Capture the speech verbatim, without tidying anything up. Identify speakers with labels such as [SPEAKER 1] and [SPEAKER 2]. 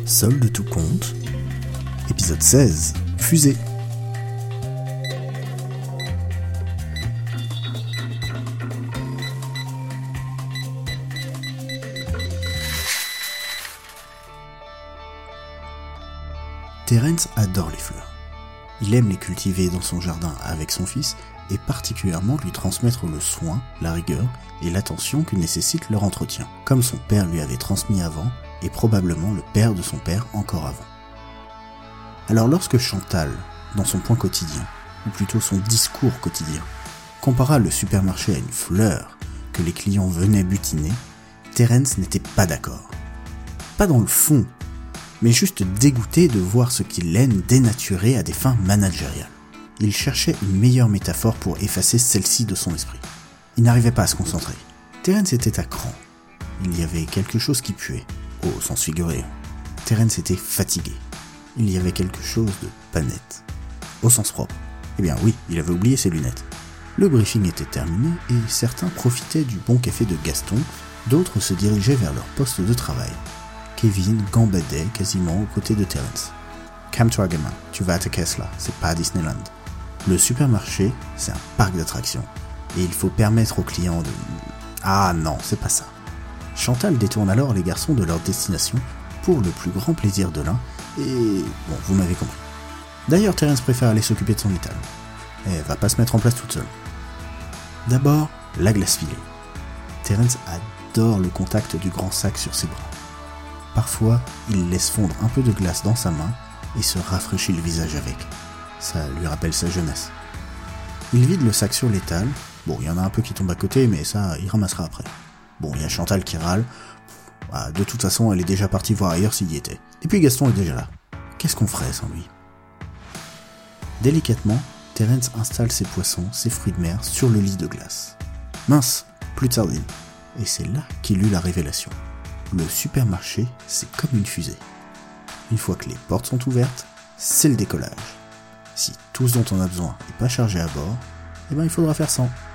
[SPEAKER 1] Solde tout compte, épisode seize, Fusée. Terence adore les fleurs. Il aime les cultiver dans son jardin avec son fils et particulièrement lui transmettre le soin, la rigueur et l'attention que nécessite leur entretien, comme son père lui avait transmis avant et probablement le père de son père encore avant. Alors lorsque Chantal, dans son point quotidien, ou plutôt son discours quotidien, compara le supermarché à une fleur que les clients venaient butiner, Terence n'était pas d'accord. Pas dans le fond, mais juste dégoûté de voir ce qu'il aime dénaturer à des fins managériales. Il cherchait une meilleure métaphore pour effacer celle-ci de son esprit. Il n'arrivait pas à se concentrer. Terence était à cran. Il y avait quelque chose qui puait, au sens figuré. Terence était fatigué. Il y avait quelque chose de pas net, au sens propre. Eh bien oui, il avait oublié ses lunettes. Le briefing était terminé et certains profitaient du bon café de Gaston, d'autres se dirigeaient vers leur poste de travail. Kevin gambadait quasiment aux côtés de Terence. « Calme-toi gamin, tu vas à ta caisse là, c'est pas Disneyland. Le supermarché, c'est un parc d'attractions. Et il faut permettre aux clients de... Ah non, c'est pas ça. » Chantal détourne alors les garçons de leur destination pour le plus grand plaisir de l'un et... Bon, vous m'avez compris. D'ailleurs, Terence préfère aller s'occuper de son étal. Elle va pas se mettre en place toute seule. D'abord, la glace filée. Terence adore le contact du grand sac sur ses bras. Parfois, il laisse fondre un peu de glace dans sa main et se rafraîchit le visage avec. Ça lui rappelle sa jeunesse. Il vide le sac sur l'étal. Bon, il y en a un peu qui tombe à côté, mais ça, il ramassera après. Bon, il y a Chantal qui râle. Ah, de toute façon, elle est déjà partie voir ailleurs s'il y était. Et puis Gaston est déjà là. Qu'est-ce qu'on ferait sans lui ? Délicatement, Terence installe ses poissons, ses fruits de mer sur le lit de glace. Mince, plus de sardines. Et c'est là qu'il eut la révélation. Le supermarché, c'est comme une fusée. Une fois que les portes sont ouvertes, c'est le décollage. Si tout ce dont on a besoin n'est pas chargé à bord, eh ben il faudra faire sans.